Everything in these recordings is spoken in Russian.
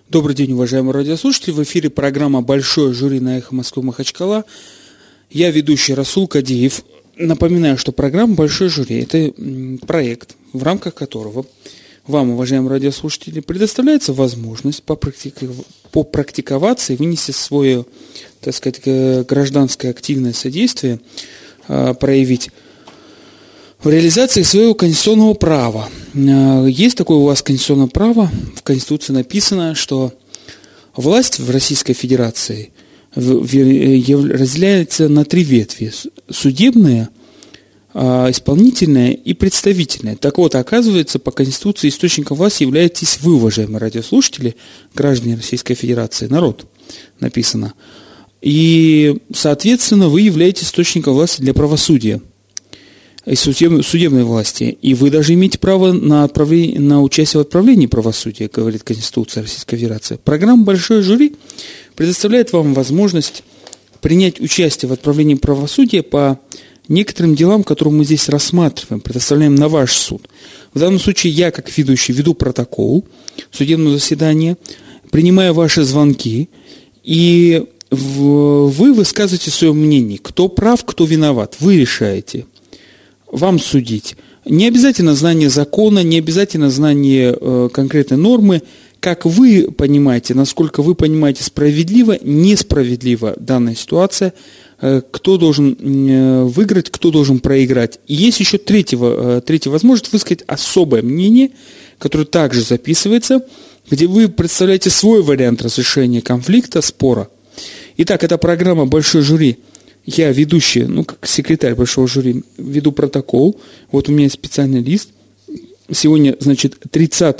Добрый день, уважаемые радиослушатели. В эфире программа «Большое жюри» на Эхо Москвы Махачкала. Я ведущий Расул Кадеев. Напоминаю, что программа «Большое жюри» – это проект, в рамках которого вам, уважаемые радиослушатели, предоставляется возможность попрактиковаться и вынести свое, так сказать, гражданское активное содействие, проявить в реализации своего конституционного права. Есть такое у вас конституционное право, в Конституции написано, что власть в Российской Федерации разделяется на три ветви: судебная, исполнительная и представительная. Так вот, оказывается, по Конституции источником власти являетесь вы, уважаемые радиослушатели, граждане Российской Федерации, народ, написано. И, соответственно, вы являетесь источником власти для правосудия и судебной власти. И вы даже имеете право на участие в отправлении правосудия, говорит Конституция Российской Федерации. Программа «Большое жюри» предоставляет вам возможность принять участие в отправлении правосудия по некоторым делам, которые мы здесь рассматриваем, предоставляем на ваш суд. В данном случае я, как ведущий, веду протокол судебного заседания, принимаю ваши звонки, и вы высказываете свое мнение. Кто прав, кто виноват. Вы решаете. Вам судить. Не обязательно знание закона, не обязательно знание конкретной нормы. Как вы понимаете, насколько вы понимаете справедливо, несправедливо данная ситуация, кто должен выиграть, кто должен проиграть. И есть еще третья возможность высказать особое мнение, которое также записывается, где вы представляете свой вариант разрешения конфликта, спора. Итак, это программа «Большое жюри». Я ведущий, как секретарь Большого жюри, веду протокол. Вот у меня есть специальный лист. Сегодня, 30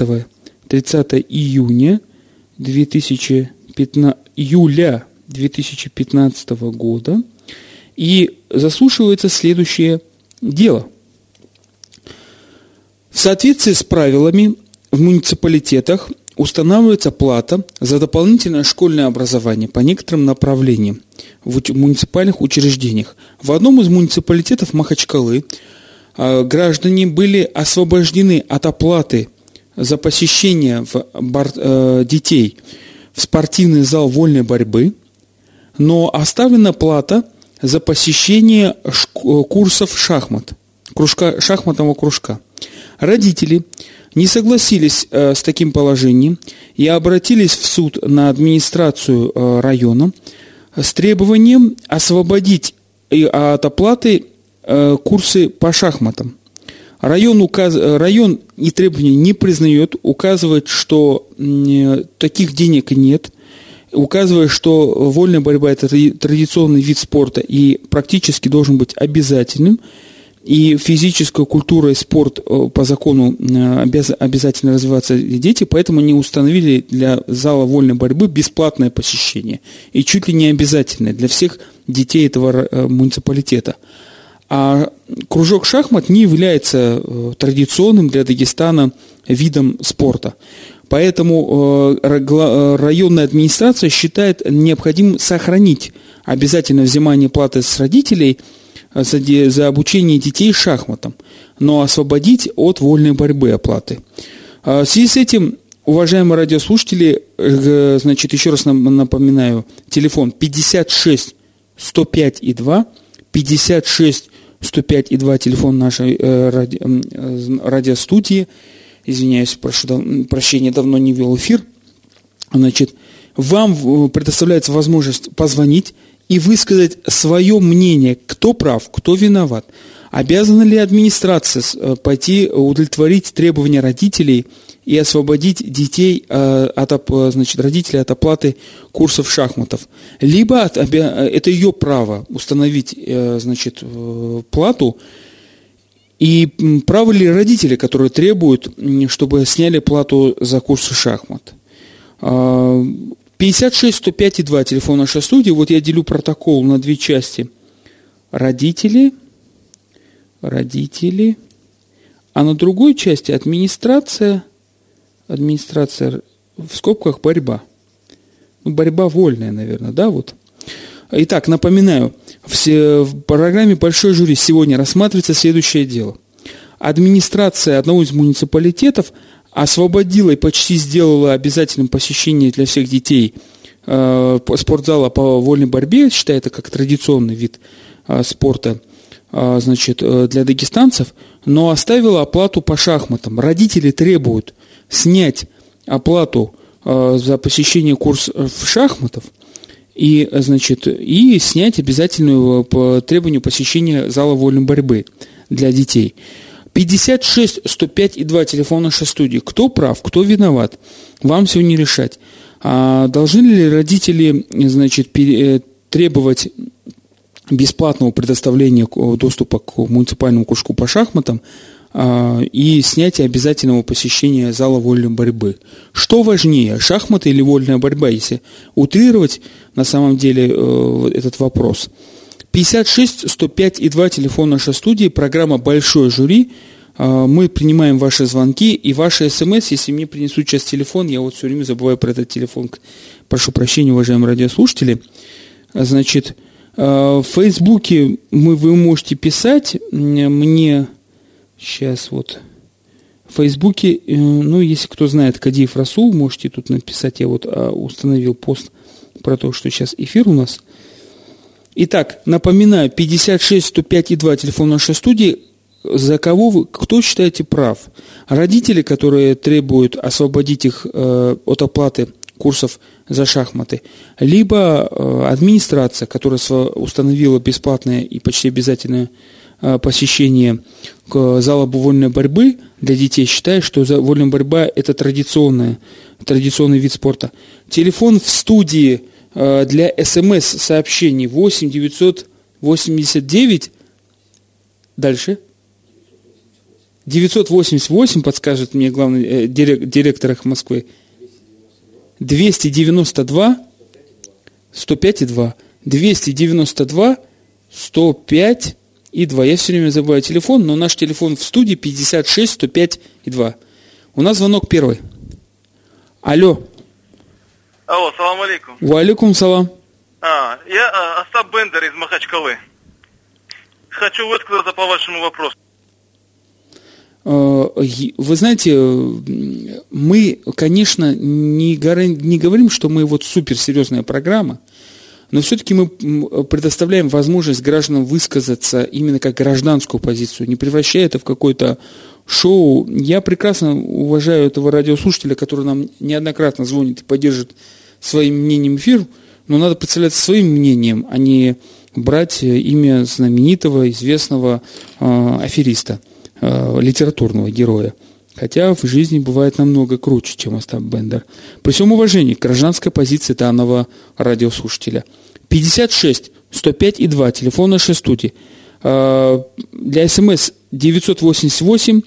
июня 2015 года. И заслушивается следующее дело. В соответствии с правилами в муниципалитетах устанавливается плата за дополнительное школьное образование по некоторым направлениям в муниципальных учреждениях. В одном из муниципалитетов Махачкалы граждане были освобождены от оплаты за посещение детей в спортивный зал вольной борьбы, но оставлена плата за посещение курсов шахматного кружка. Родители не согласились с таким положением и обратились в суд на администрацию района с требованием освободить от оплаты курсы по шахматам. Район и требования не признает, указывает, что таких денег нет, указывает, что вольная борьба – это традиционный вид спорта и практически должен быть обязательным. И физическая культура и спорт по закону обязательно развиваться дети, поэтому они установили для зала вольной борьбы бесплатное посещение. И чуть ли не обязательное для всех детей этого муниципалитета. А кружок шахмат не является традиционным для Дагестана видом спорта. Поэтому районная администрация считает необходимым сохранить обязательное взимание платы с родителей за обучение детей шахматам, но освободить от вольной борьбы оплаты. В связи с этим, уважаемые радиослушатели, еще раз напоминаю, телефон 56 105 и 2, 56 105 и 2, телефон нашей радиостудии. Извиняюсь, прошу прощения, давно не вел эфир. Вам предоставляется возможность позвонить и высказать свое мнение, кто прав, кто виноват. Обязана ли администрация пойти удовлетворить требования родителей и освободить детей родителей от оплаты курсов шахматов? Либо это ее право установить плату, и правы ли родители, которые требуют, чтобы сняли плату за курсы шахмат? 56 105 и 2, телефон нашей студии. Вот я делю протокол на две части. Родители, а на другой части администрация, в скобках борьба. Борьба вольная, наверное, да, вот. Итак, напоминаю, в программе «Большое жюри» сегодня рассматривается следующее дело. Администрация одного из муниципалитетов освободила и почти сделала обязательным посещение для всех детей спортзала по вольной борьбе, считая это как традиционный вид спорта, значит, для дагестанцев, но оставила оплату по шахматам. Родители требуют снять оплату за посещение курсов шахматов и, значит, и снять обязательную по требованию посещения зала вольной борьбы для детей. 56 105 и 2, телефон нашей студии. Кто прав, кто виноват? Вам сегодня решать. Должны ли родители, значит, требовать бесплатного предоставления доступа к муниципальному кружку по шахматам и снятие обязательного посещения зала вольной борьбы? Что важнее, шахматы или вольная борьба, если утрировать на самом деле этот вопрос? 56 105 и 2, телефон нашей студии, программа «Большое жюри». Мы принимаем ваши звонки и ваши смс. Если мне принесут сейчас телефон, я вот все время забываю про этот телефон. Прошу прощения, уважаемые радиослушатели. Значит, в Фейсбуке вы можете писать мне сейчас вот в Фейсбуке, ну, если кто знает Кадиев Расул, можете тут написать. Я вот установил пост про то, что сейчас эфир у нас. Итак, напоминаю, 56 105 и 2, телефон нашей студии. За кого вы, кто считаете прав? Родители, которые требуют освободить их от оплаты курсов за шахматы, либо администрация, которая установила бесплатное и почти обязательное посещение зала вольной борьбы для детей, считает, что вольная борьба – это традиционный вид спорта. Телефон в студии для СМС-сообщений 8 989, дальше, 988, подскажет мне главный директор их Москвы, 292 105 и 2. 292 105 и 2. Я все время забываю телефон, но наш телефон в студии 56 105 и 2. У нас звонок первый. Алло. Алло, салам алейкум. Ва алейкум салам. Я Остап Бендер из Махачкалы. Хочу высказаться по вашему вопросу. Вы знаете, мы, конечно, не говорим, что мы вот суперсерьезная программа, но все-таки мы предоставляем возможность гражданам высказаться именно как гражданскую позицию, не превращая это в какое-то шоу. Я прекрасно уважаю этого радиослушателя, который нам неоднократно звонит и поддержит своим мнением эфир, но надо представляться своим мнением, а не брать имя знаменитого, известного афериста, литературного героя. Хотя в жизни бывает намного круче, чем Остап Бендер. При всем уважении к гражданской позиции данного радиослушателя. 56 105 и 2, телефон нашей студии. Для СМС 988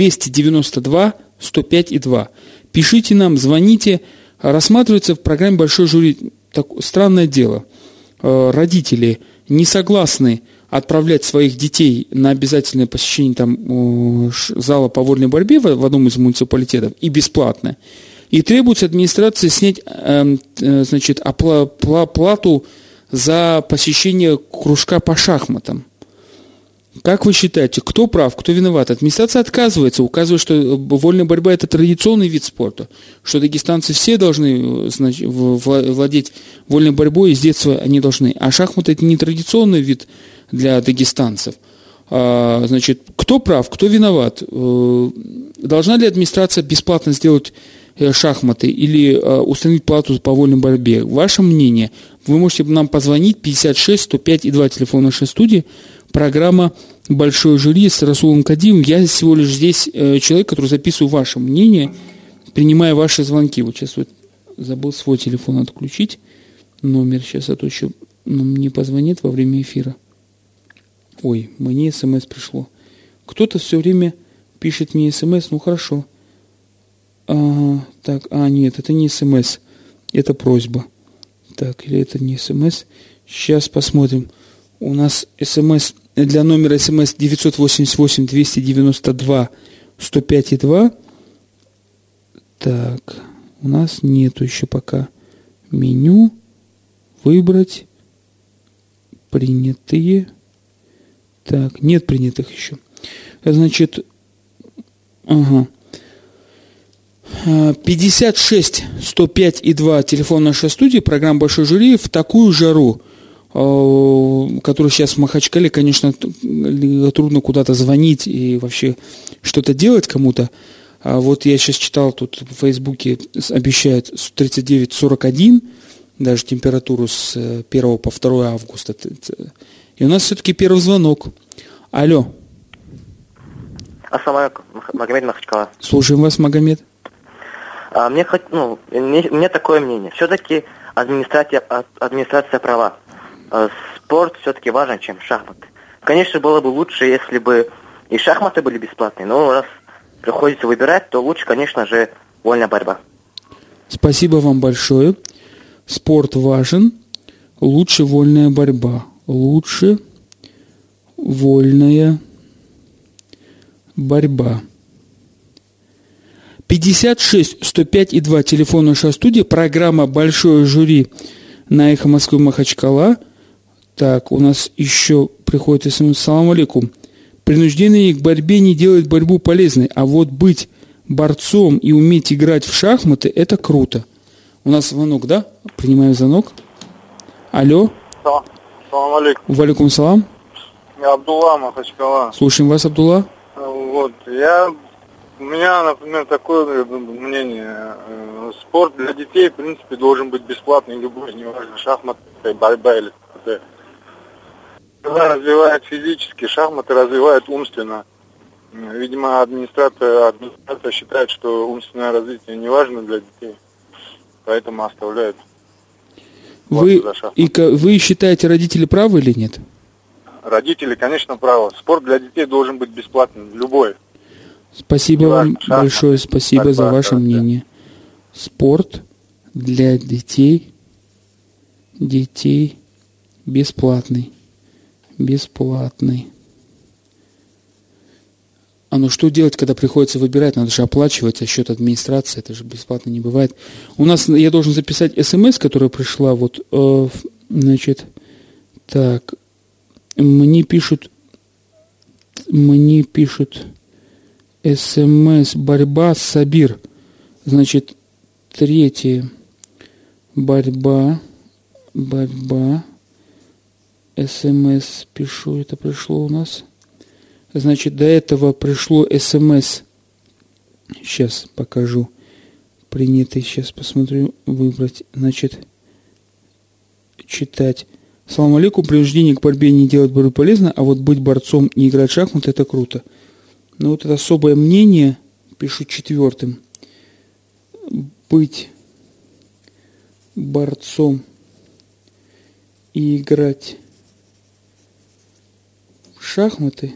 292 105 и 2. Пишите нам, звоните. Рассматривается в программе «Большой жюри». Странное дело. Родители не согласны отправлять своих детей на обязательное посещение зала по вольной борьбе в одном из муниципалитетов и бесплатно. И требуется администрации снять значит, плату за посещение кружка по шахматам. Как вы считаете, кто прав, кто виноват? Администрация отказывается, указывая, что вольная борьба – это традиционный вид спорта, что дагестанцы все должны владеть вольной борьбой, и с детства они должны. А шахматы – это не традиционный вид для дагестанцев. Значит, кто прав, кто виноват? Должна ли администрация бесплатно сделать шахматы или установить плату по вольной борьбе? Ваше мнение. Вы можете нам позвонить 56 105 и 2, телефон нашей студии. Программа «Большое жюри» с Расулом Кадиевым. Я всего лишь здесь человек, который записываю ваше мнение, принимая ваши звонки. Вот сейчас вот забыл свой телефон отключить. Номер сейчас, а то еще мне позвонит во время эфира. Ой, мне смс пришло. Кто-то все время пишет мне смс, ну хорошо. Нет, это не смс, это просьба. Так, или это не смс. Сейчас посмотрим. У нас смс для номера смс 988 292 105 и 2. Так, у нас нету еще пока меню. Выбрать. Принятые. Так, нет принятых еще. Значит, 56 105 и 2 телефон нашей студии, программа «Большой жюри». В такую жару, которую сейчас в Махачкале, конечно, трудно куда-то звонить и вообще что-то делать кому-то. А вот я сейчас читал, тут в Фейсбуке обещают 39-41, даже температуру с 1 по 2 августа. И у нас все-таки первый звонок. Алло. Ассаламу алейкум, Магомед Махачкала. Слушаем вас, Магомед. У меня такое мнение. Все-таки администрация права. Спорт все-таки важен, чем шахматы. Конечно, было бы лучше, если бы и шахматы были бесплатные, но раз приходится выбирать, то лучше, конечно же, вольная борьба. Спасибо вам большое. Спорт важен. Лучше вольная борьба. Лучше вольная борьба. 56 105 и 2 телефон нашей студии. Программа «Большое жюри» на «Эхо Москвы» Махачкала. Так, у нас еще приходит смс. Салам алейкум. Принуждение к борьбе не делает борьбу полезной, а вот быть борцом и уметь играть в шахматы – это круто. У нас звонок, да? Принимаем звонок. Алло. Салам алейкум. Валейкум салам. Абдулла, Махачкала. Слушаем вас, Абдулла. Вот, у меня, например, такое мнение. Спорт для детей, в принципе, должен быть бесплатный, любой, неважно, шахматы, борьба или т.д. Когда развивает физически, шахматы развивают умственно. Видимо, администрация считает, что умственное развитие не важно для детей, поэтому оставляют. Вы считаете, родители правы или нет? Родители, конечно, правы. Спорт для детей должен быть бесплатным, любой. Спасибо вам большое, спасибо за ваше мнение. Спорт для детей бесплатный. А ну что делать, когда приходится выбирать? Надо же оплачивать за счет администрации, это же бесплатно не бывает. У нас, я должен записать смс, которая пришла, так, мне пишут смс борьба Сабир. Значит, 3 борьба. СМС пишу, это пришло у нас. Значит, до этого пришло СМС. Сейчас покажу. Принятый, сейчас посмотрю, выбрать. Значит, читать. Салам алейкум, принуждение к борьбе не делать борьбу полезно, а вот быть борцом и играть в шахматы – это круто. Но вот это особое мнение, пишу 4. Быть борцом и играть в шахматы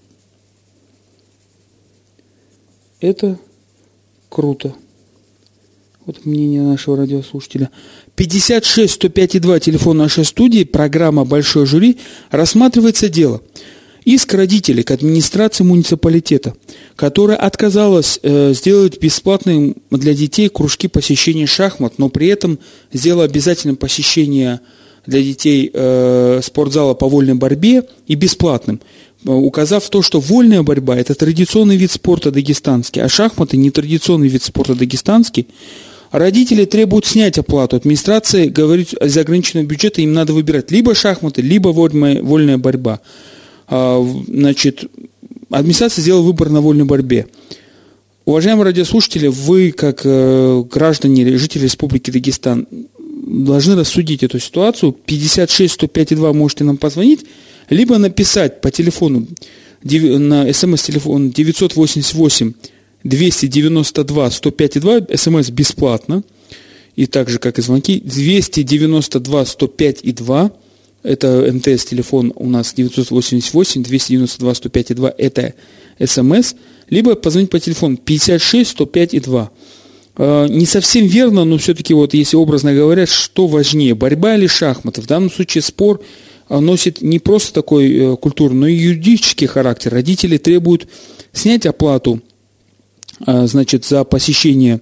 – это круто. Вот мнение нашего радиослушателя. 56 105 и 2 телефон нашей студии, программа «Большое жюри». Рассматривается дело. Иск родителей к администрации муниципалитета, которая отказалась сделать бесплатным для детей кружки посещения шахмат, но при этом сделала обязательным посещение для детей спортзала по вольной борьбе и бесплатным, указав то, что вольная борьба – это традиционный вид спорта дагестанский, а шахматы – не традиционный вид спорта дагестанский. Родители требуют снять оплату. Администрация говорит, из ограниченного бюджета им надо выбирать либо шахматы, либо вольная борьба. Значит, администрация сделала выбор на вольной борьбе. Уважаемые радиослушатели, вы, как граждане, жители Республики Дагестан, должны рассудить эту ситуацию. 56 105 и 2 можете нам позвонить, либо написать по телефону, на смс-телефон 988 292 105 и 2, смс бесплатно, и так же, как и звонки, 292 105 и 2, это МТС-телефон у нас 988 292 105 и 2, это смс, либо позвонить по телефону 56 105 и 2. Не совсем верно, но все-таки вот если образно говоря, что важнее, борьба или шахматы? В данном случае спор носит не просто такой культурный, но и юридический характер. Родители требуют снять оплату, значит, за посещение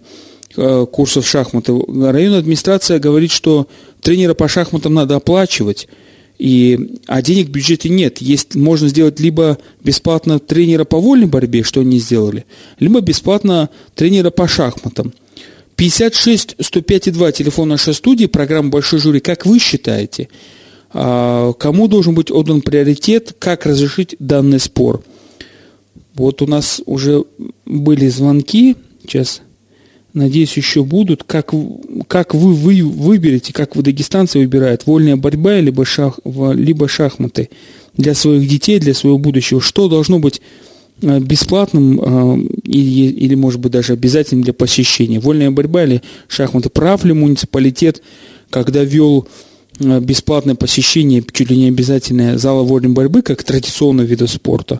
курсов шахматы. Районная администрация говорит, что тренера по шахматам надо оплачивать. А денег в бюджете нет. Можно сделать либо бесплатно тренера по вольной борьбе, что они сделали, либо бесплатно тренера по шахматам. 56-105-2, телефон нашей студии, программа «Большой жюри». Как вы считаете, кому должен быть отдан приоритет, как разрешить данный спор? Вот у нас уже были звонки, сейчас, надеюсь, еще будут. Как вы выберете, как вы, дагестанцы, выбирают, вольная борьба либо шахматы для своих детей, для своего будущего? Что должно быть бесплатным или, может быть, даже обязательным для посещения? Вольная борьба или шахматы? Прав ли муниципалитет, когда ввел бесплатное посещение, чуть ли не обязательное, зала вольной борьбы, как традиционного вида спорта,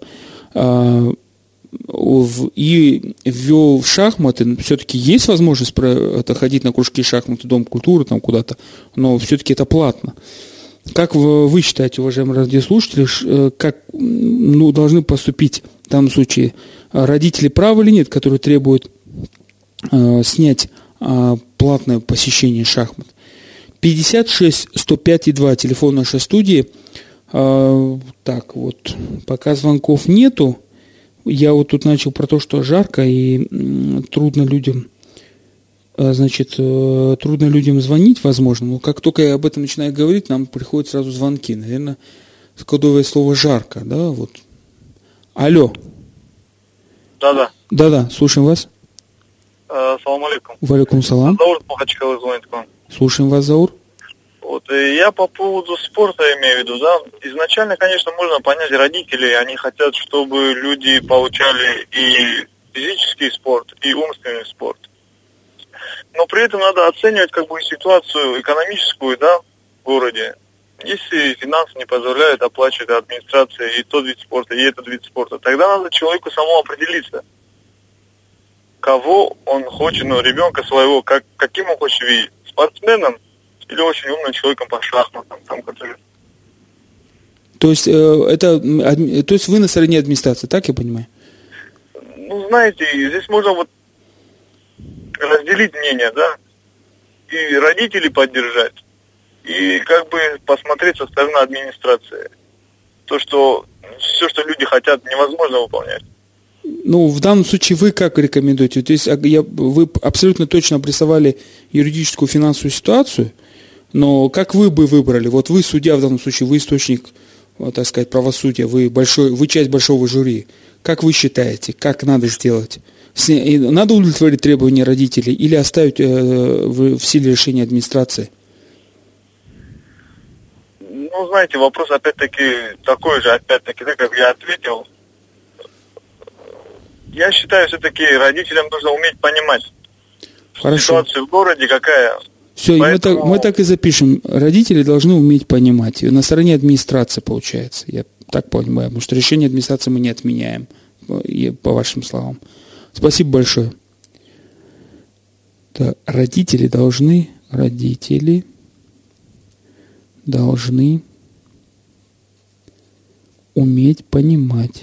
и ввел шахматы? Все-таки есть возможность ходить на кружки шахматы, Дом культуры, там куда-то, но все-таки это платно. Как вы считаете, уважаемые радиослушатели, как должны поступить в данном случае родители, правы или нет, которые требуют снять платное посещение шахмат? 56-105-2, телефон нашей студии. Так, вот, пока звонков нету, я вот тут начал про то, что жарко и трудно людям звонить, возможно, но как только я об этом начинаю говорить, нам приходят сразу звонки. Наверное, кодовое слово «жарко», да, вот. Алло. Да-да. Да-да, слушаем вас. Салам алейкум. Валейкум салам. Заур Махачкалы звонит к вам. Слушаем вас, Заур. Вот, и я по поводу спорта имею в виду, да. Изначально, конечно, можно понять родителей, они хотят, чтобы люди получали и физический спорт, и умственный спорт. Но при этом надо оценивать ситуацию экономическую, да, в городе. Если финансы не позволяют оплачивать администрация и тот вид спорта, и этот вид спорта, тогда надо человеку самому определиться, кого он хочет, ребенка своего, каким он хочет видеть, спортсменом или очень умным человеком по шахматам, который... То есть вы на стороне администрации, так я понимаю? Знаете, здесь можно разделить мнение, да, и родителей поддержать, и посмотреть со стороны администрации. Все, что люди хотят, невозможно выполнять. В данном случае вы как рекомендуете? То есть вы абсолютно точно обрисовали юридическую финансовую ситуацию, но как вы бы выбрали? Вот вы судья в данном случае, вы источник, так сказать, правосудия, вы часть большого жюри. Как вы считаете, как надо сделать? Надо удовлетворить требования родителей или оставить в силе решения администрации? Знаете, вопрос опять-таки такой же, как я ответил. Я считаю, все-таки родителям нужно уметь понимать ситуацию в городе, какая. Все, поэтому... мы так и запишем. Родители должны уметь понимать. И на стороне администрации получается. Я так понимаю, потому что решение администрации мы не отменяем, по вашим словам. Спасибо большое. Да, родители должны уметь понимать.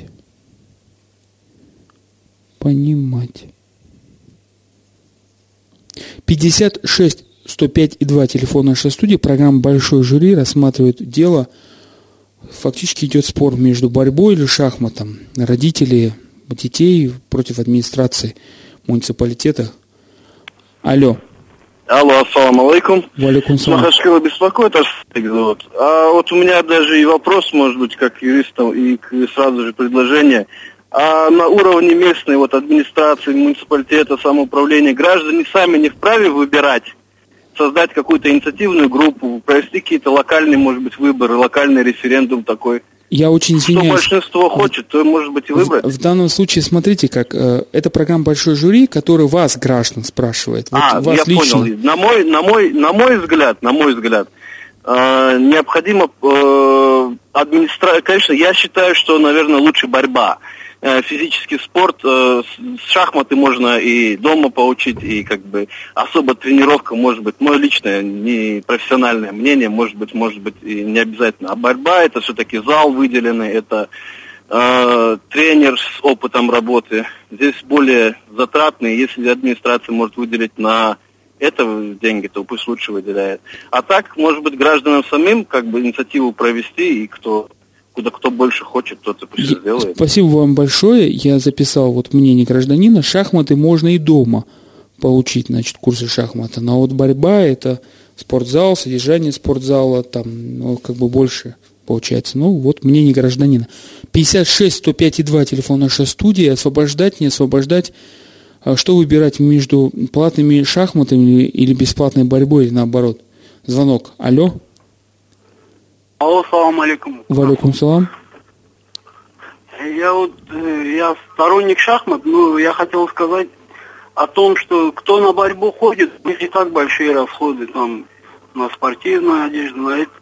56-105-2, телефон нашей студии, программа «Большой жюри» рассматривает дело. Фактически идет спор между борьбой или шахматом. Родители детей против администрации муниципалитета. Алло. Алло, ассаламу алейкум. Валейкум салам. Махачкала беспокоит, у меня даже и вопрос, может быть, как юристам, и сразу же предложение. А на уровне местной администрации, муниципалитета, самоуправления граждане сами не вправе выбирать, создать какую-то инициативную группу, провести какие-то локальные, может быть, выборы, локальный референдум такой. Я очень извиняюсь. Что большинство хочет, то, может быть, и выбрать. В данном случае, смотрите, как это программа «Большой жюри», который вас, граждан, спрашивает. Вас я лично. понял. На мой взгляд, необходимо конечно, я считаю, что, наверное, лучше борьба. Физический спорт, шахматы можно и дома поучить, и особо тренировка, может быть, мое личное, не профессиональное мнение, может быть, и не обязательно. А борьба — это все-таки зал выделенный, это тренер с опытом работы. Здесь более затратный, если администрация может выделить на это деньги-то пусть лучше выделяет. А так, может быть, гражданам самим как бы инициативу провести, и кто больше хочет, тот и пусть сделает. Спасибо вам большое. Я записал вот мнение гражданина. Шахматы можно и дома получить, значит, курсы шахмата. Но вот борьба – это спортзал, содержание спортзала, там, ну, как бы больше получается. Ну, вот мнение гражданина. 56-105-2, телефон нашей студии. Освобождать, не освобождать. Что выбирать между платными шахматами или бесплатной борьбой, или наоборот? Звонок. Алло. Алло, салам алейкум. Валейкум салам. Я сторонник шахмат, но я хотел сказать о том, что кто на борьбу ходит, не так большие расходы там на спортивную одежду, на это.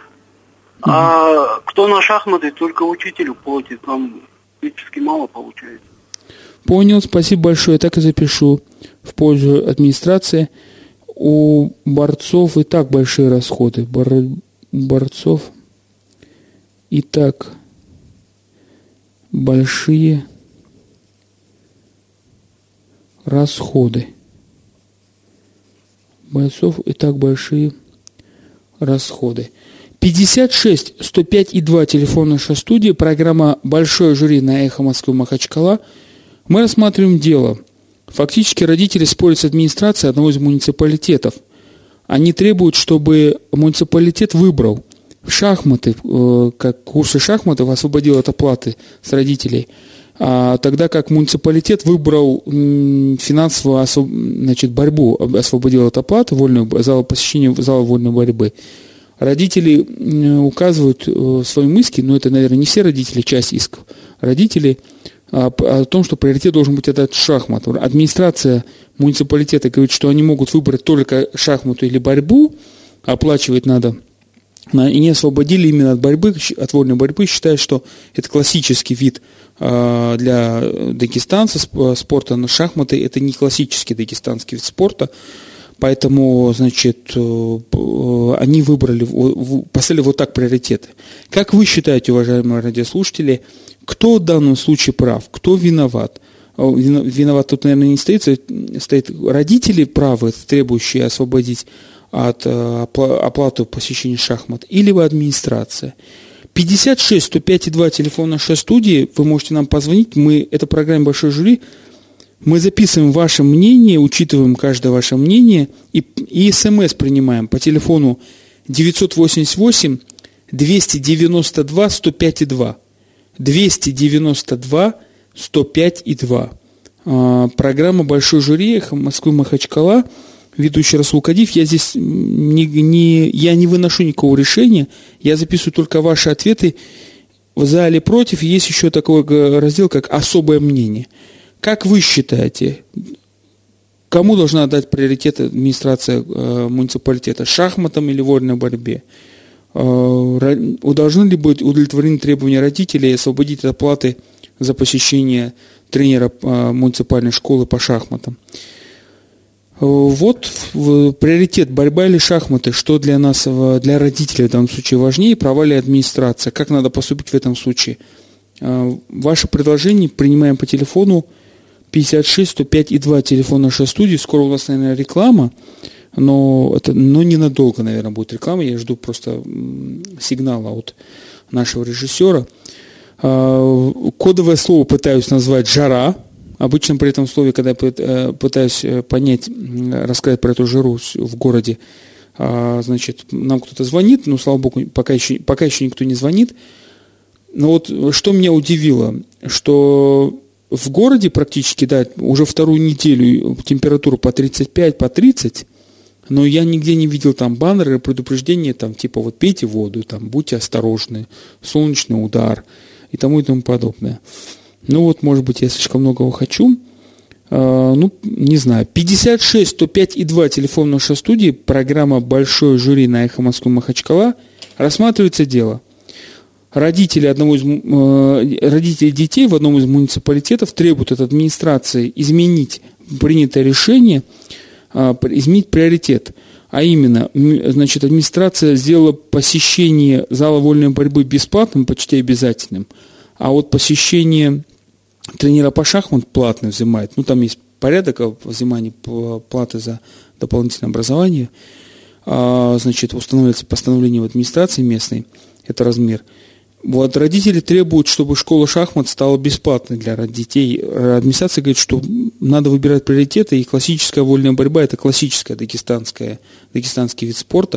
А кто на шахматы, только учителю платит, там практически мало получается. Понял, спасибо большое, так и запишу в пользу администрации. У борцов и так большие расходы. Борцов и так большие расходы. Бойцов и так большие расходы. 56-105-2, телефон нашей студии, программа «Большое жюри» на Эхо Москвы Махачкала. Мы рассматриваем дело. Фактически родители спорят с администрацией одного из муниципалитетов. Они требуют, чтобы муниципалитет выбрал шахматы, как курсы шахматов, освободил от оплаты с родителей, тогда как муниципалитет выбрал финансовую борьбу, освободил от оплаты, посещение зала вольной борьбы. Родители указывают в своем иске, но это, наверное, не все родители, часть исков, родители о том, что приоритет должен быть отдать шахмату. Администрация муниципалитета говорит, что они могут выбрать только шахмату или борьбу, оплачивать надо, и не освободили именно от борьбы, от вольной борьбы, считая, что это классический вид для дагестанца спорта, но шахматы – это не классический дагестанский вид спорта, поэтому, значит, они поставили вот так приоритеты. Как вы считаете, уважаемые радиослушатели, кто в данном случае прав, кто виноват? Виноват тут, наверное, не стоит родители правы, требующие освободить от оплаты посещения шахмат, или администрация. 56-105-2, телефон нашей студии, вы можете нам позвонить, это программа «Большой жюри», мы записываем ваше мнение, учитываем каждое ваше мнение и смс принимаем по телефону 988 292 105,2. 292 105,2. Программа «Большой жюри» Москвы Махачкала, ведущий Расул Кадиев. Я здесь не выношу никакого решения, я записываю только ваши ответы за или против. Есть еще такой раздел, как «Особое мнение». Как вы считаете, кому должна дать приоритет администрация муниципалитета, шахматам или вольной борьбе? Должны ли быть удовлетворены требования родителей освободить от оплаты за посещение тренера муниципальной школы по шахматам? Вот приоритет: борьба или шахматы, что для нас, для родителей в данном случае важнее, права ли администрация, как надо поступить в этом случае? Ваше предложение принимаем по телефону 56-105-2, телефон нашей студии. Скоро у нас, наверное, реклама, но ненадолго, наверное, будет реклама. Я жду просто сигнала от нашего режиссера. Кодовое слово пытаюсь назвать «жара». Обычно при этом слове, когда я пытаюсь рассказать про эту жару в городе, значит, нам кто-то звонит, но, слава богу, пока еще никто не звонит. Но вот что меня удивило, что в городе практически, да, уже вторую неделю температура по 35, по 30, но я нигде не видел там баннеры, предупреждения, там, типа, вот пейте воду, там, будьте осторожны, солнечный удар и тому подобное. Ну вот, может быть, я слишком многого хочу. Не знаю. 56-105-2, телефон нашей студии, программа «Большое жюри» на Эхо Москвы Махачкала. Рассматривается дело. Родители детей в одном из муниципалитетов требуют от администрации изменить принятое решение, изменить приоритет. А именно, значит, администрация сделала посещение зала вольной борьбы бесплатным, почти обязательным, а вот посещение тренера по шахмат платно взимает. Ну, там есть порядок взимания платы за дополнительное образование. Значит, устанавливается постановление в администрации местной, это размер. Вот родители требуют, чтобы школа шахмат стала бесплатной для детей. Администрация говорит, что надо выбирать приоритеты, и классическая вольная борьба – это классическая дагестанский вид спорта.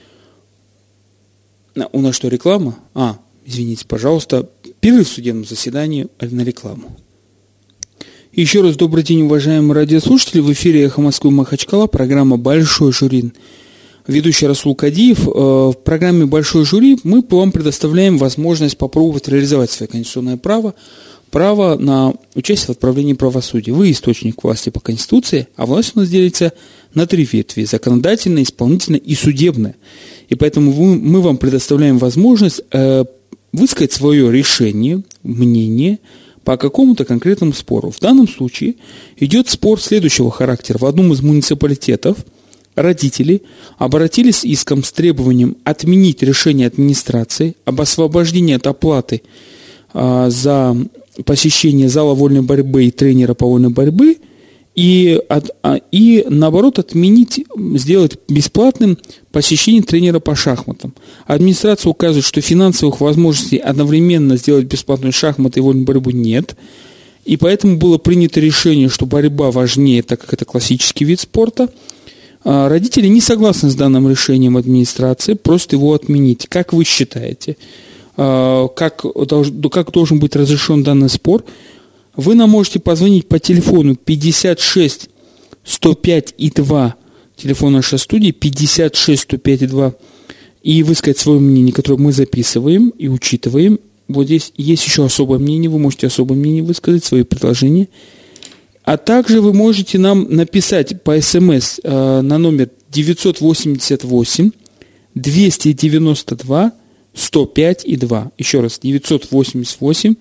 У нас что, реклама? Извините, пожалуйста, перерыв в судебном заседании на рекламу. Еще раз добрый день, уважаемые радиослушатели. В эфире «Эхо Москвы» Махачкала, программа «Большой жюри». Ведущий Расул Кадиев. В программе «Большой жюри» мы вам предоставляем возможность попробовать реализовать свое конституционное право на участие в отправлении правосудия. Вы источник власти по Конституции, а власть у нас делится на 3 ветви – законодательная, исполнительная и судебная. И поэтому мы вам предоставляем возможность высказать свое решение, мнение по какому-то конкретному спору. В данном случае идет спор следующего характера. В одном из муниципалитетов родители обратились с иском с требованием отменить решение администрации об освобождении от оплаты за посещение зала вольной борьбы и тренера по вольной борьбе и наоборот сделать бесплатным посещение тренера по шахматам. Администрация указывает, что финансовых возможностей одновременно сделать бесплатную шахматы и вольную борьбу нет, и поэтому было принято решение, что борьба важнее, так как это классический вид спорта. Родители не согласны с данным решением администрации, просят его отменить. Как вы считаете, как должен быть разрешен данный спор? Вы нам можете позвонить по телефону 56 105 и 2, телефон нашей студии 56 105 и 2, и высказать свое мнение, которое мы записываем и учитываем. Вот здесь есть еще особое мнение, вы можете особое мнение высказать, свои предложения. А также вы можете нам написать по СМС на номер 988 292 105 и 2. Еще раз, 988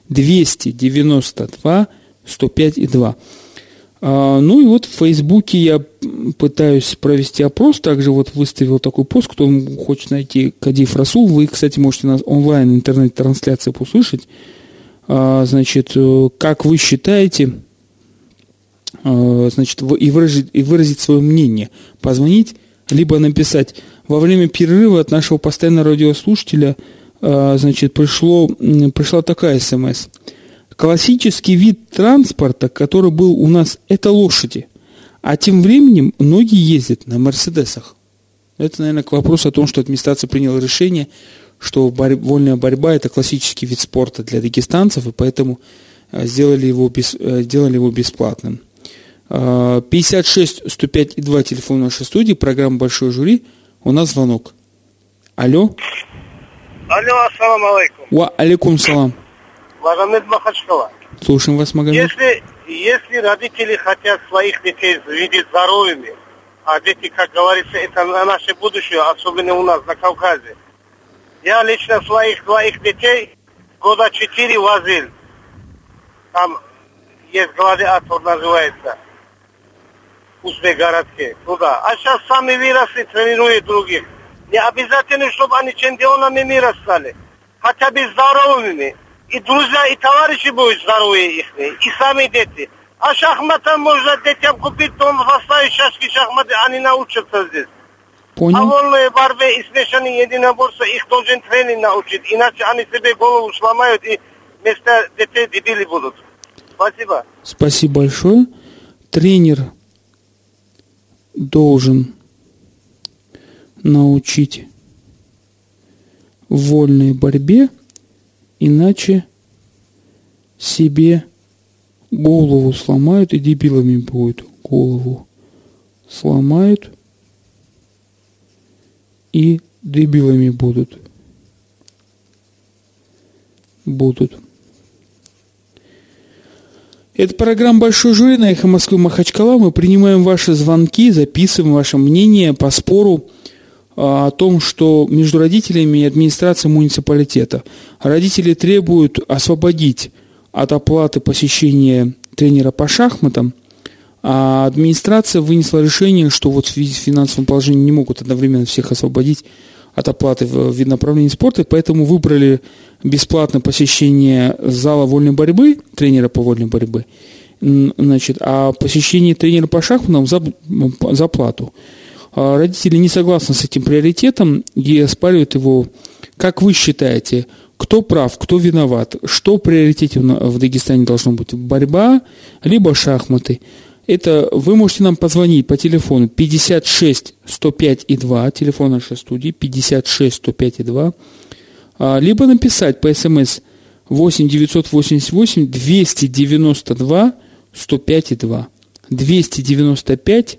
292 105 и 2. Ну и вот в Фейсбуке я пытаюсь провести опрос, также вот выставил такой пост, кто хочет найти Кадиев Расул. Вы, кстати, можете нас онлайн интернет-трансляции услышать. Значит, как вы считаете, значит, и выразить свое мнение, позвонить, либо написать. Во время перерыва от нашего постоянного радиослушателя, значит, пришла такая СМС. Классический вид транспорта, который был у нас, это лошади. А тем временем многие ездят на Мерседесах. Это, наверное, к вопросу о том, что администрация приняла решение, что вольная борьба – это классический вид спорта для дагестанцев, и поэтому сделали его бесплатным. 56 105 и 2, телефон нашей студии, программа «Большой жюри». У нас звонок. Алло. Алло, ассаламу алейкум. Ва алейкум салам. Магомед Махачкала. Слушаем вас, Магомед. Если родители хотят своих детей видеть здоровыми, а дети, как говорится, это наше будущее, особенно у нас на Кавказе. Я лично своих 2 детей года 4 возил. Там есть гладиатор, называется. В Узбек-городке. Туда. А сейчас сами выросли, тренируют других. Не обязательно, чтобы они чемпионами мира стали. Хотя бы здоровыми. И друзья, и товарищи будут здоровые их, и сами дети. А шахматом можно детям купить, он поставить шашки, шахматы, они научатся здесь. Понял. А вольные борьбы и смешанные единоборства их должен тренер научить. Иначе они себе голову сломают и вместо детей дебили будут. Спасибо. Спасибо большое. Тренер должен научить вольной борьбе, иначе себе голову сломают и дебилами будут. Голову сломают и дебилами будут. Это программа «Большой жюри» на Эхо Москвы Махачкала. Мы принимаем ваши звонки, записываем ваше мнение по спору о том, что между родителями и администрацией муниципалитета. Родители требуют освободить от оплаты посещения тренера по шахматам, а администрация вынесла решение, что вот в связи с финансовым положением не могут одновременно всех освободить от оплаты в вид направления спорта, и поэтому выбрали бесплатное посещение зала вольной борьбы, тренера по вольной борьбе, Значит, а посещение тренера по шахматам за плату. Родители не согласны с этим приоритетом и оспаривают его. Как вы считаете, кто прав, кто виноват? Что в приоритете в Дагестане должно быть? Борьба, либо шахматы? Это вы можете нам позвонить по телефону 56 105 и 2, телефон нашей студии 56 105 и 2, либо написать по СМС 8 988 292 105 и 2. 295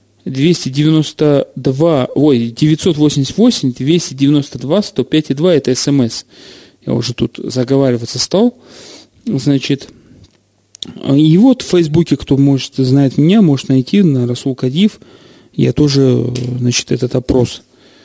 292, 988 292 105 и 2 это СМС. Я уже тут заговариваться стал. Значит, и вот в Фейсбуке, кто может, знает меня, может найти на Расул Кадиев. Я тоже, значит, этот опрос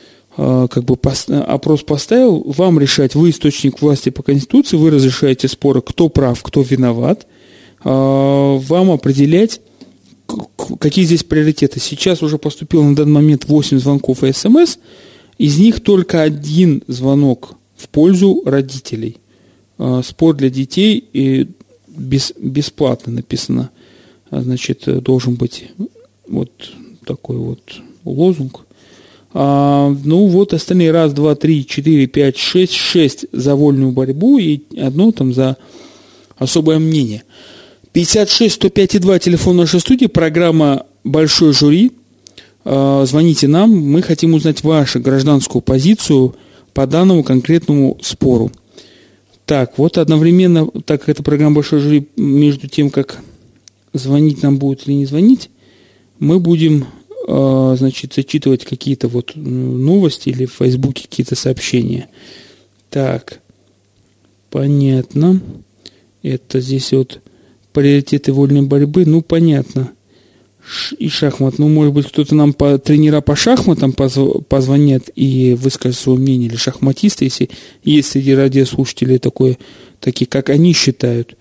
опрос поставил. Вам решать, вы источник власти по Конституции, вы разрешаете споры, кто прав, кто виноват. Вам определять, какие здесь приоритеты. Сейчас уже поступило на данный момент 8 звонков и СМС. Из них только один звонок в пользу родителей. Спор для детей и бесплатно написано. Значит, должен быть вот такой вот лозунг. Ну вот остальные 1, 2, 3, 4, 5, 6 за вольную борьбу и одно там за особое мнение. 56 105 и 2 телефон нашей студии, программа «Большой жюри». Звоните нам, мы хотим узнать вашу гражданскую позицию по данному конкретному спору. Так, вот одновременно, так как это программа «Большой жюри», между тем, как звонить нам будет или не звонить, мы будем, значит, зачитывать какие-то вот новости или в Фейсбуке какие-то сообщения. Так, понятно. Это здесь вот приоритеты вольной борьбы, ну, понятно. И шахмат. Ну, может быть, кто-то нам тренера по шахматам позвонят и выскажет свое мнение, или шахматисты, если есть среди радиослушателей такие, как они считают.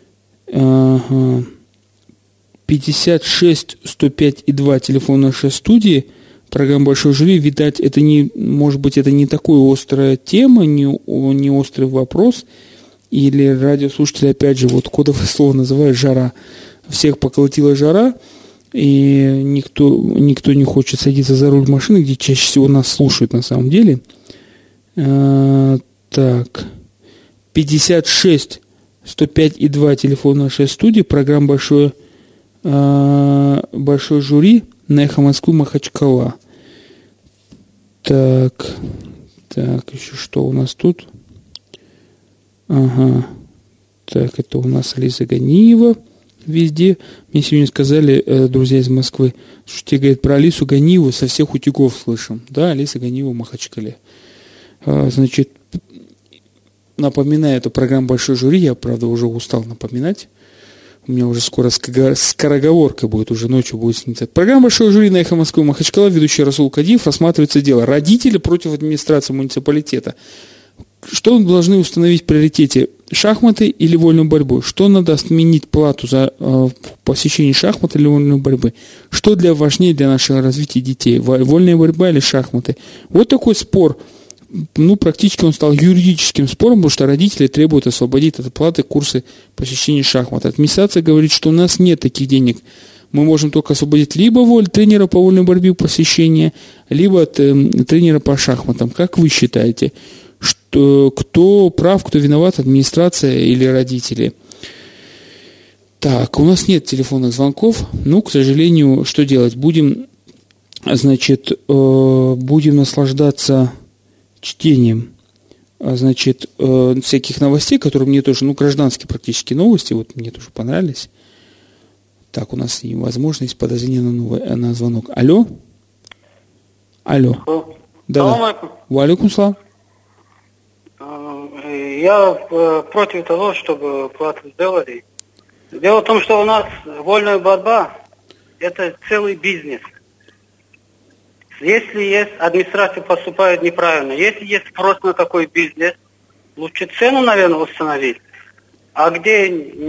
56 105 и 2 телефон нашей студии, программа «Большой жюри». Видать, это не, может быть, это не такая острая тема, не острый вопрос, или радиослушатели, опять же, вот кодовое слово называют «жара». Всех поколотила жара, и никто не хочет садиться за руль машины, где чаще всего нас слушают на самом деле. Так, 56 105 и 2 телефон нашей студии, программа «Большой жюри» на Эхо Москвы, Махачкала. Так, еще что у нас тут? Ага, так, это у нас Алиса Ганиева. Везде. Мне сегодня сказали, друзья из Москвы, что те говорят про Алису Ганиеву, со всех утюгов слышим. Да, Алиса Ганиева в Махачкале. Значит, напоминаю эту программу «Большой жюри», я, правда, уже устал напоминать. У меня уже скоро скороговорка будет, уже ночью будет сниться. Программа «Большой жюри» на Эхо Москвы, Махачкала, ведущий Расул Кадиев, рассматривается дело родители против администрации муниципалитета. Что должны установить в приоритете? Шахматы или вольную борьбу? Что надо отменить плату за посещение шахмат или вольной борьбы? Что важнее для нашего развития детей? Вольная борьба или шахматы? Вот такой спор. Ну, практически он стал юридическим спором, потому что родители требуют освободить от оплаты курсы посещения шахмат. Администрация говорит, что у нас нет таких денег. Мы можем только освободить либо тренера по вольной борьбе посещения, либо тренера по шахматам. Как вы считаете? Кто прав, кто виноват, администрация или родители? Так, у нас нет телефонных звонков. Ну, к сожалению, что делать? Будем наслаждаться чтением, всяких новостей, которые мне тоже, гражданские практически новости, вот мне тоже понравились. Так, у нас возможно есть подозрение на звонок. Алло? Да. Валикум салам. Я против того, чтобы плату сделали. Дело в том, что у нас вольная борьба – это целый бизнес. Если есть администрация поступает неправильно, если есть спрос на такой бизнес, лучше цену, наверное, установить. А там, где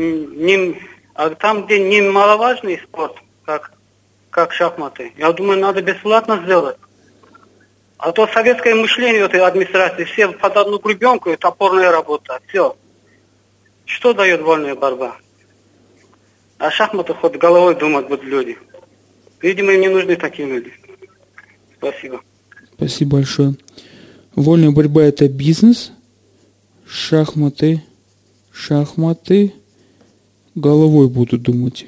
немаловажный спорт, как шахматы, я думаю, надо бесплатно сделать. А то советское мышление этой администрации, все под одну гребенку, это опорная работа, все. Что дает вольная борьба? о шахматах хоть головой думать будут люди. Видимо, им не нужны такие люди. Спасибо. Спасибо большое. Вольная борьба – это бизнес. Шахматы головой будут думать.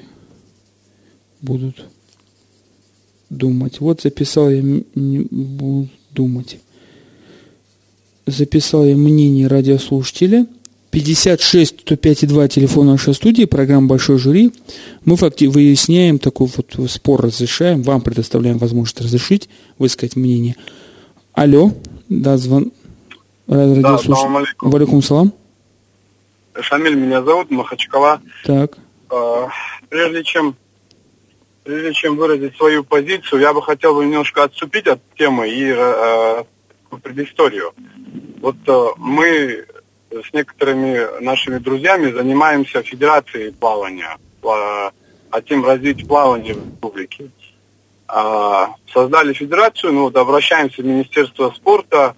Вот записал я думать. Записал я мнение радиослушателя. 56-105-2, телефон нашей студии, программа «Большой жюри». Мы выясняем такой вот спор, разрешаем, вам предоставляем возможность разрешить, высказать мнение. Алло, да, радиослушатель. Валикум салам. Шамиль меня зовут, Махачкала. Так. Прежде чем выразить свою позицию, я бы хотел немножко отступить от темы и предысторию. Вот мы с некоторыми нашими друзьями занимаемся федерацией плавания, хотим развить плавание в республике. Создали федерацию, обращаемся в Министерство спорта,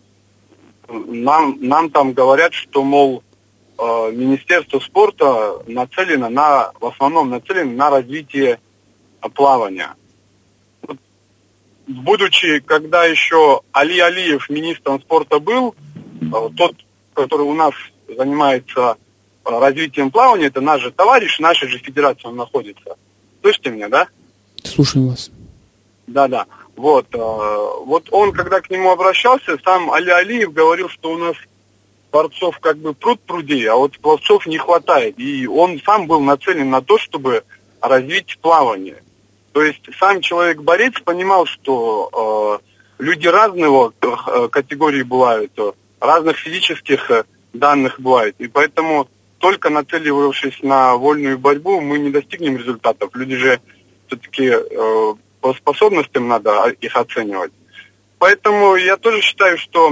нам там говорят, что, мол, Министерство спорта нацелено в основном нацелено на развитие плавания. Вот, будучи, когда еще Али Алиев министром спорта был, тот, который у нас занимается развитием плавания, это наш же товарищ, в нашей же федерации он находится. Слышите меня, да? Слушаем вас. Да. Вот он, когда к нему обращался, сам Али Алиев говорил, что у нас борцов как бы пруд-пруди, а вот пловцов не хватает. И он сам был нацелен на то, чтобы развить плавание. То есть сам человек-борец понимал, что люди разного категории бывают, разных физических данных бывает. И поэтому только нацеливавшись на вольную борьбу, мы не достигнем результатов. Люди же все-таки по способностям надо их оценивать. Поэтому я тоже считаю, что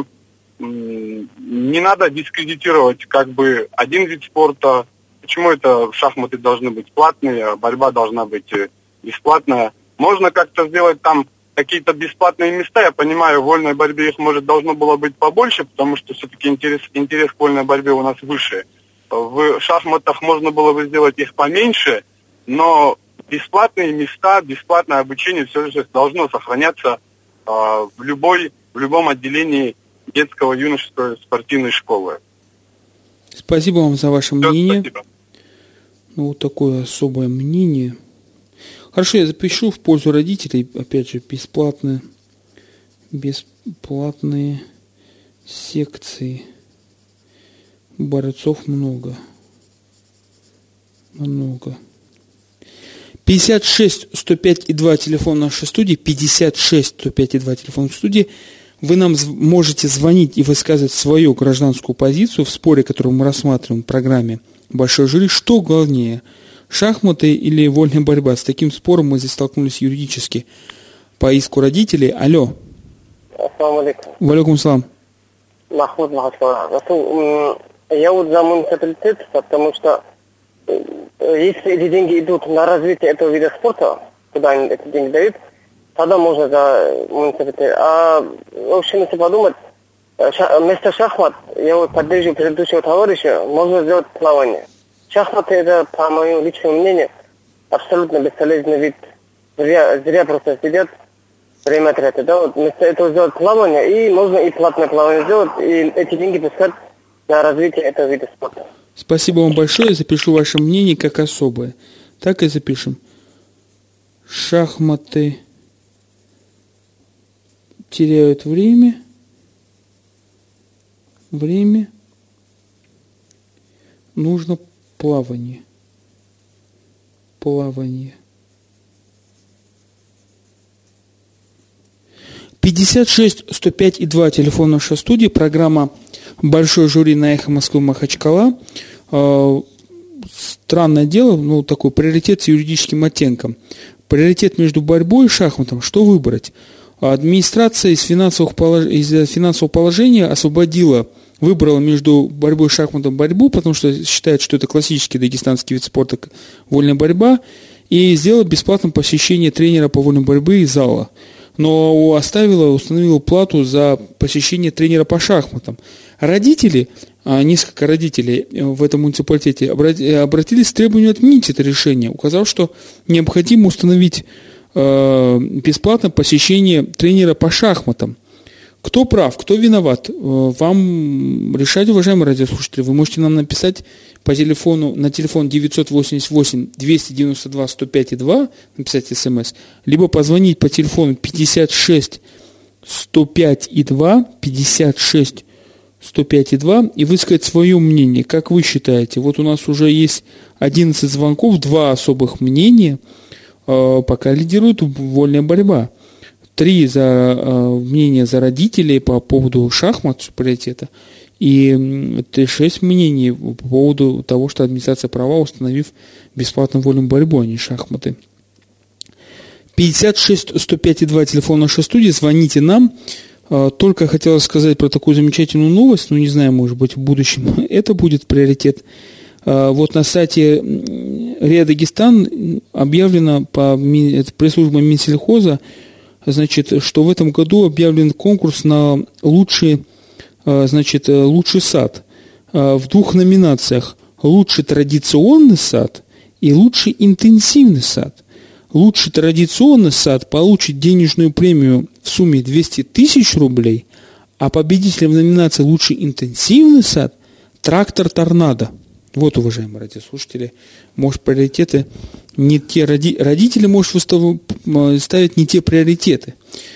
не надо дискредитировать как бы один вид спорта. Почему это шахматы должны быть платные, а борьба должна быть бесплатная? Можно как-то сделать там какие-то бесплатные места. Я понимаю, в вольной борьбе их, может, должно было быть побольше, потому что все-таки интерес к вольной борьбе у нас выше. В шахматах можно было бы сделать их поменьше, но бесплатные места, бесплатное обучение все же должно сохраняться в любом отделении детского юношеской спортивной школы. Спасибо вам за ваше мнение. Спасибо. Вот такое особое мнение. Хорошо, я запишу в пользу родителей, опять же, бесплатные секции. Борцов много. 56-105-2, телефон нашей студии. 56-105-2, телефон студии. Вы нам можете звонить и высказывать свою гражданскую позицию в споре, который мы рассматриваем в программе «Большой жюри». Что главнее, шахматы или вольная борьба? С таким спором мы здесь столкнулись юридически по иску родителей. Алло. Ассаламу алейкум. Валейкум салам. Махмуд Махачкала. Я вот за муниципалитет, потому что если эти деньги идут на развитие этого вида спорта, куда они эти деньги дают, тогда можно за муниципалитет. А в общем, если подумать, вместо шахмат, я вот поддерживаю предыдущего товарища, можно сделать плавание. Шахматы, это, по моему личному мнению, абсолютно бесполезный вид. Зря просто сидят, время тратят. Да? Вот вместо этого сделать плавание, и можно и платное плавание сделать, и эти деньги пускать на развитие этого вида спорта. Спасибо вам большое. Я запишу ваше мнение как особое. Так и запишем. Шахматы теряют время. Нужно плавание. 56-105-2, телефон нашей студии, программа «Большой жюри» на Эхо Москвы Махачкала. Странное дело, такой приоритет с юридическим оттенком. Приоритет между борьбой и шахматом. Что выбрать? Администрация из финансового положения выбрала между борьбой и шахматом борьбу, потому что считает, что это классический дагестанский вид спорта, вольная борьба, и сделала бесплатное посещение тренера по вольной борьбе из зала. Но установила плату за посещение тренера по шахматам. Родители несколько родителей в этом муниципалитете обратились с требованием отменить это решение, указав, что необходимо установить бесплатное посещение тренера по шахматам. Кто прав, кто виноват? Вам решать, уважаемые радиослушатели. Вы можете нам написать по телефону, на телефон 988-292-105,2, написать смс, либо позвонить по телефону 56-105,2, 56-105,2 и высказать свое мнение. Как вы считаете? Вот у нас уже есть 11 звонков, 2 особых мнения. Пока лидирует вольная борьба. 3 мнения за родителей по поводу шахмат приоритета и 6 мнений по поводу того, что администрация права, установив бесплатную вольную борьбу, а не шахматы. 56-105,2 телефон нашей студии, звоните нам. Только хотела сказать про такую замечательную новость, не знаю, может быть, в будущем это будет приоритет. Вот на сайте РИА Дагестан объявлено по пресс-службе Минсельхоза, значит, что в этом году объявлен конкурс на лучший сад в 2 номинациях: лучший традиционный сад и лучший интенсивный сад. Лучший традиционный сад получит денежную премию в сумме 200 тысяч рублей, а победителем в номинации лучший интенсивный сад – трактор «Торнадо». Вот, уважаемые радиослушатели, может, приоритеты не те, родители, может, ставить не те приоритеты.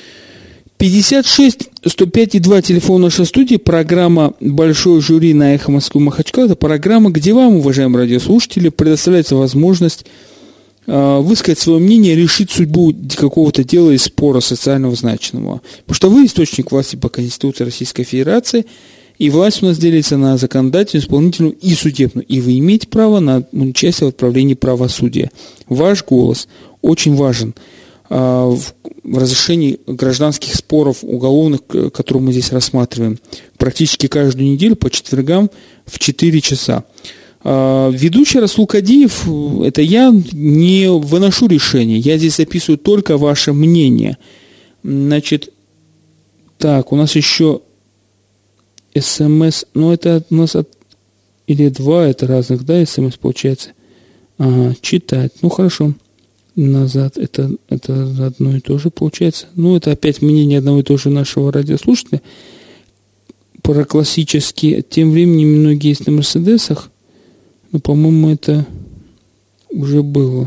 56-105,2 телефон нашей студии, программа «Большой жюри» на Эхо Москвы Махачкала. Это программа, где вам, уважаемые радиослушатели, предоставляется возможность высказать свое мнение, решить судьбу какого-то дела из спора социального значимого. Потому что вы источник власти по Конституции Российской Федерации, и власть у нас делится на законодательную, исполнительную и судебную. И вы имеете право на участие в отправлении правосудия. Ваш голос очень важен в разрешении гражданских споров уголовных, которые мы здесь рассматриваем. Практически каждую неделю по четвергам в 4 часа. Ведущий Расул Кадиев, это я, не выношу решения. Я здесь записываю только ваше мнение. Значит, так, у нас еще СМС, это у нас или 2, это разных, да, СМС получается. Ага, читать. Хорошо. Назад, это одно и то же получается. Это опять мнение одного и того же нашего радиослушателя. Про классические. Тем временем многие есть на Мерседесах. Но, по-моему, это уже было.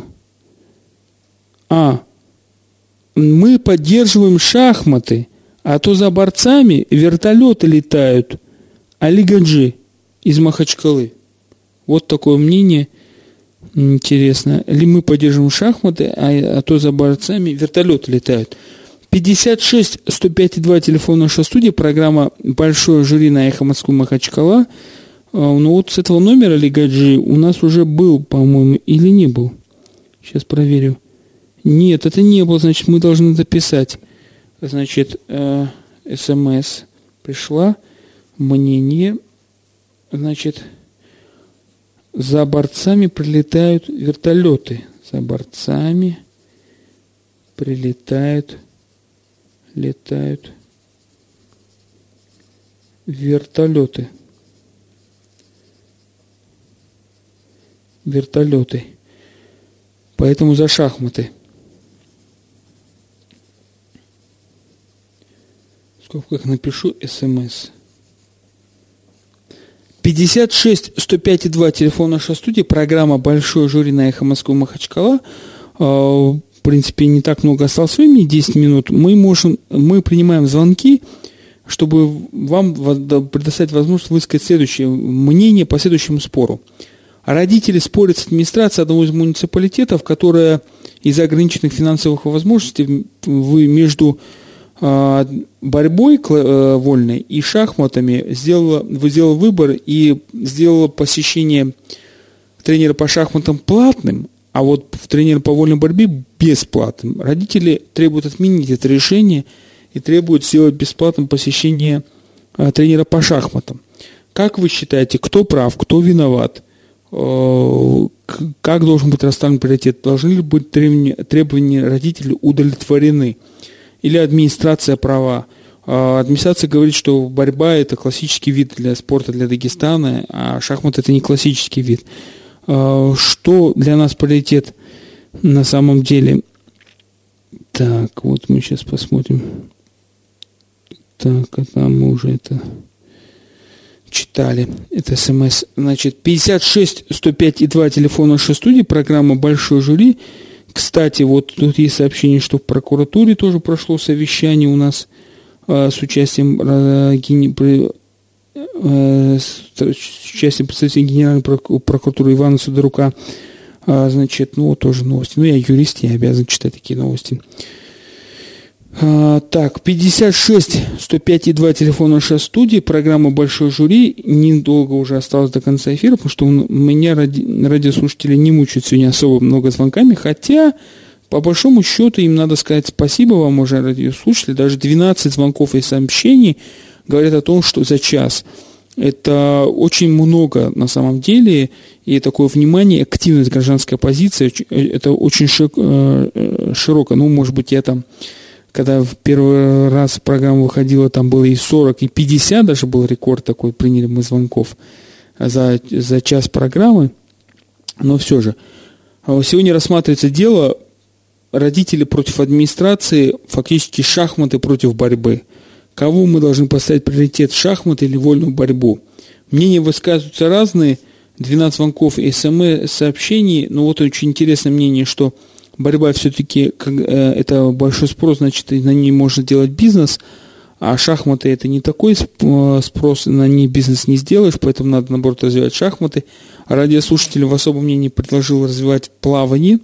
Мы поддерживаем шахматы, а то за борцами вертолеты летают. Али Гаджи из Махачкалы. Вот такое мнение. Интересно. Ли мы поддерживаем шахматы, а то за борцами вертолеты летают. 56-105,2 телефон нашей студии, программа «Большое жюри» на Эхо Москвы Махачкала. С этого номера Али Гаджи у нас уже был, по-моему, или не был. Сейчас проверю. Нет, это не было, значит, мы должны записать. Значит, СМС пришла, мнение, значит, за борцами прилетают вертолеты. За борцами летают вертолеты. Поэтому за шахматы. В скобках напишу СМС. 56-105,2 телефон нашей студии, программа «Большое жюри» на Эхо Москвы Махачкала. В принципе, не так много осталось времени, 10 минут. Мы принимаем звонки, чтобы вам предоставить возможность высказать следующее мнение по следующему спору. Родители спорят с администрацией одного из муниципалитетов, которая из-за ограниченных финансовых возможностей между борьбой вольной и шахматами сделала выбор и сделала посещение тренера по шахматам платным, а вот тренера по вольной борьбе бесплатным. Родители требуют отменить это решение и требуют сделать бесплатным посещение тренера по шахматам. Как вы считаете, кто прав, кто виноват? Как должен быть расставлен приоритет? Должны ли быть требования родителей удовлетворены? Или администрация права? Администрация говорит, что борьба – это классический вид для спорта для Дагестана, а шахматы – это не классический вид. Что для нас приоритет на самом деле? Так, вот мы сейчас посмотрим. Так, а там мы уже это читали. Это СМС. Значит, 56 105 и 2 телефон нашей студии, программа «Большой жюри». Кстати, вот тут есть сообщение, что в прокуратуре тоже прошло совещание у нас с участием представителя Генеральной прокуратуры Ивана Судорука. Значит, ну, тоже новости. Ну, я юрист, я обязан читать такие новости. Так, 56 105 и 2 телефон нашей студии, программа «Большой жюри». Недолго уже осталось до конца эфира, потому что у меня радиослушатели не мучают сегодня особо много звонками, хотя, по большому счету, им надо сказать спасибо вам, уже радиослушатели. Даже 12 звонков и сообщений говорят о том, что за час. Это очень много на самом деле, и такое внимание, активность гражданской оппозиции, это очень широко. Ну, может быть, я там, когда в первый раз программа выходила, там было и 40, и 50 даже был рекорд такой, приняли мы звонков за час программы, но все же. Сегодня рассматривается дело родители против администрации, фактически шахматы против борьбы. Кого мы должны поставить приоритет, шахматы или вольную борьбу? Мнения высказываются разные, 12 звонков и СМС-сообщений, но вот очень интересное мнение, что борьба все-таки, это большой спрос, значит, на ней можно делать бизнес, а шахматы это не такой спрос, на ней бизнес не сделаешь, поэтому надо, наоборот, развивать шахматы. А радиослушатель в особом мнении предложил развивать плавание,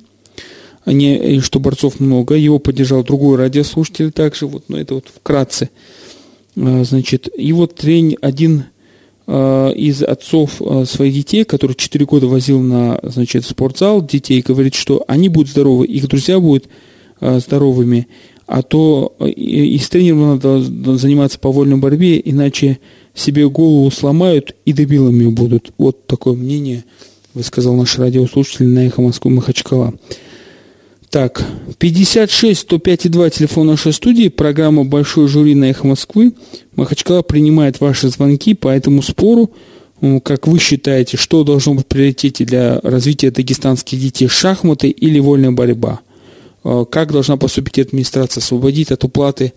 что борцов много, его поддержал другой радиослушатель также, вот, но это вот вкратце. Значит, и вот один из отцов своих детей, который 4 года возил на, значит, спортзал детей, говорит, что они будут здоровы, их друзья будут здоровыми, а то и с тренером надо заниматься по вольной борьбе, иначе себе голову сломают и дебилами будут. Вот такое мнение высказал наш радиослушатель на «Эхо Москвы» Махачкала. Так, 56 105 и 2 телефон нашей студии, программа «Большой жюри» на «Эхо Москвы». Махачкала принимает ваши звонки по этому спору. Как вы считаете, что должно быть в приоритете для развития дагестанских детей, шахматы или вольная борьба? Как должна поступить администрация, освободить от уплаты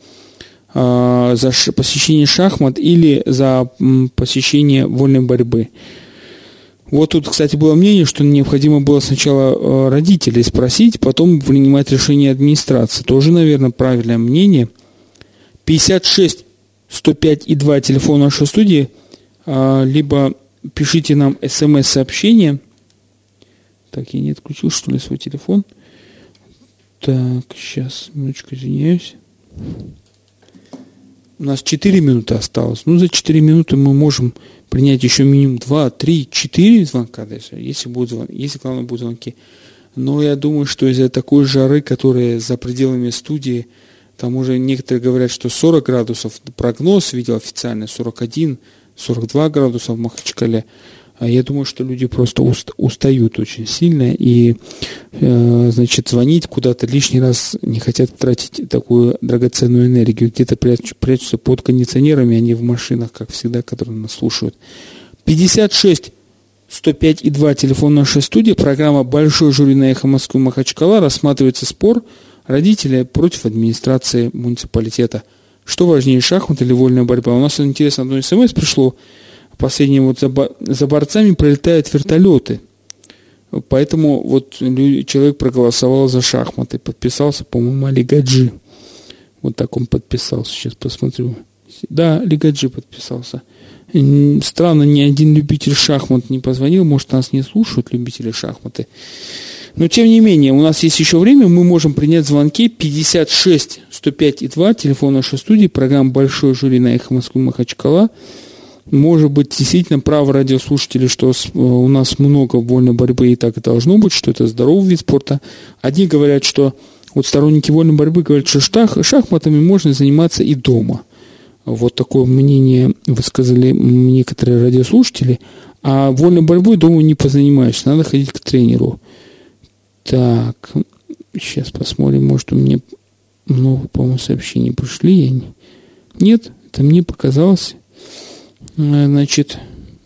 за посещение шахмат или за посещение вольной борьбы? Вот тут, кстати, было мнение, что необходимо было сначала родителей спросить, потом принимать решение администрации. Тоже, наверное, правильное мнение. 56 105 и 2 телефон нашей студии, либо пишите нам смс-сообщение. Так, я не отключил, что ли, свой телефон. Так, сейчас, минуточку, извиняюсь. У нас 4 минуты осталось. Ну, за 4 минуты мы можем принять еще минимум 2, 3, 4 звонка даже, если главное, будут звонки. Но я думаю, что из-за такой жары, которая за пределами студии, там уже некоторые говорят, что 40 градусов, прогноз видел официально, 41, 42 градуса в Махачкале. А я думаю, что люди просто устают очень сильно и, значит, звонить куда-то лишний раз не хотят тратить такую драгоценную энергию. Где-то прячутся под кондиционерами, а не в машинах, как всегда, которые нас слушают. 56 105 и 2 телефон нашей студии, программа «Большой жюри» на «Эхо Москвы» Махачкала. Рассматривается спор родителей против администрации муниципалитета. Что важнее, шахмат или вольная борьба? У нас, интересно, одно СМС пришло. Последние вот за борцами прилетают вертолеты. Поэтому вот человек проголосовал за шахматы. Подписался, по-моему, Али Гаджи. Вот так он подписался. Сейчас посмотрю. Да, Али Гаджи подписался. Странно, ни один любитель шахмат не позвонил. Может, нас не слушают любители шахматы. Но, тем не менее, у нас есть еще время. Мы можем принять звонки. 56 105 и 2. Телефон нашей студии. Программа «Большой жюри» на «Эхо Москвы» Махачкала. Может быть, действительно право радиослушателей, что у нас много вольной борьбы и так и должно быть, что это здоровый вид спорта. Одни говорят, что вот сторонники вольной борьбы говорят, что шахматами можно заниматься и дома. Вот такое мнение высказали некоторые радиослушатели. А вольной борьбой дома не позанимаешься, надо ходить к тренеру. Так, сейчас посмотрим, может у меня много, по-моему, сообщений пришли. нет, это мне показалось. Значит,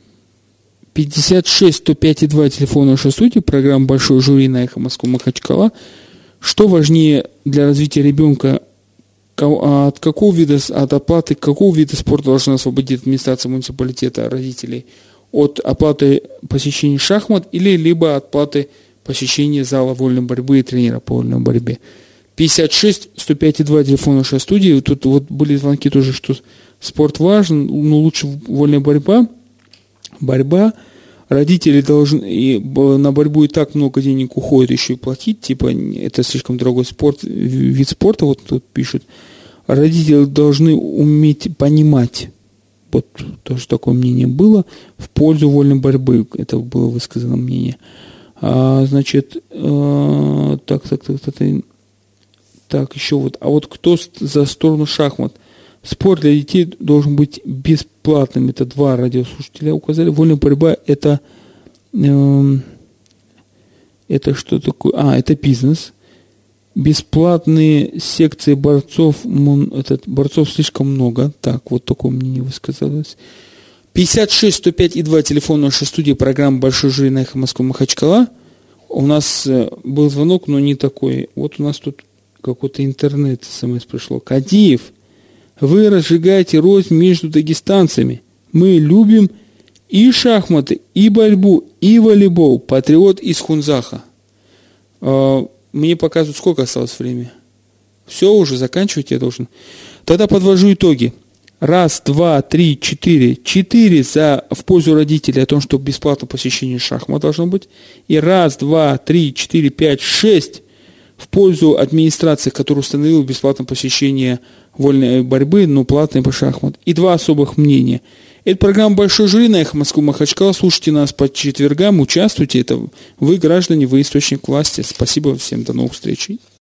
56-105,2 телефон нашей студии, программа «Большой жюри» на Эхо Москвы Махачкала. Что важнее для развития ребенка, от оплаты какого вида спорта должна освободить администрация муниципалитета родителей? От оплаты посещения шахмат или либо от оплаты посещения зала вольной борьбы и тренера по вольной борьбе? 56-105,2 телефон нашей студии. Тут вот были звонки тоже, что спорт важен, но лучше вольная борьба. Родители должны, и на борьбу и так много денег уходит, еще и платить, типа это слишком дорогой вид спорта, вот тут пишут. Родители должны уметь понимать, вот тоже такое мнение было, в пользу вольной борьбы, это было высказано мнение. Значит, так, еще вот, а вот кто за сторону шахмат? Спорт для детей должен быть бесплатным. Это 2 радиослушателя указали. Вольная борьба это что такое? Это бизнес. Бесплатные секции борцов. Борцов слишком много. Так, вот такое мнение высказалось. 56-105,2 телефон нашей студии, программа «Большой жюри» на Эхо Москвы Махачкала. У нас был звонок, но не такой. Вот у нас тут какой-то интернет, СМС пришло. Кадиев. Вы разжигаете рознь между дагестанцами. Мы любим и шахматы, и борьбу, и волейбол. Патриот из Хунзаха. Мне показывают, сколько осталось времени. Все, уже заканчивать я должен. Тогда подвожу итоги. 1, 2, 3, 4. 4 в пользу родителей о том, что бесплатное посещение шахмат должно быть. И 1, 2, 3, 4, 5, 6 в пользу администрации, которая установила бесплатное посещение вольной борьбы, но платной по шахмат. И 2 особых мнения. Это программа «Большой жюри» на Эхо Москвы Махачкала. Слушайте нас по четвергам, участвуйте. Это вы, граждане, вы источник власти. Спасибо всем, до новых встреч.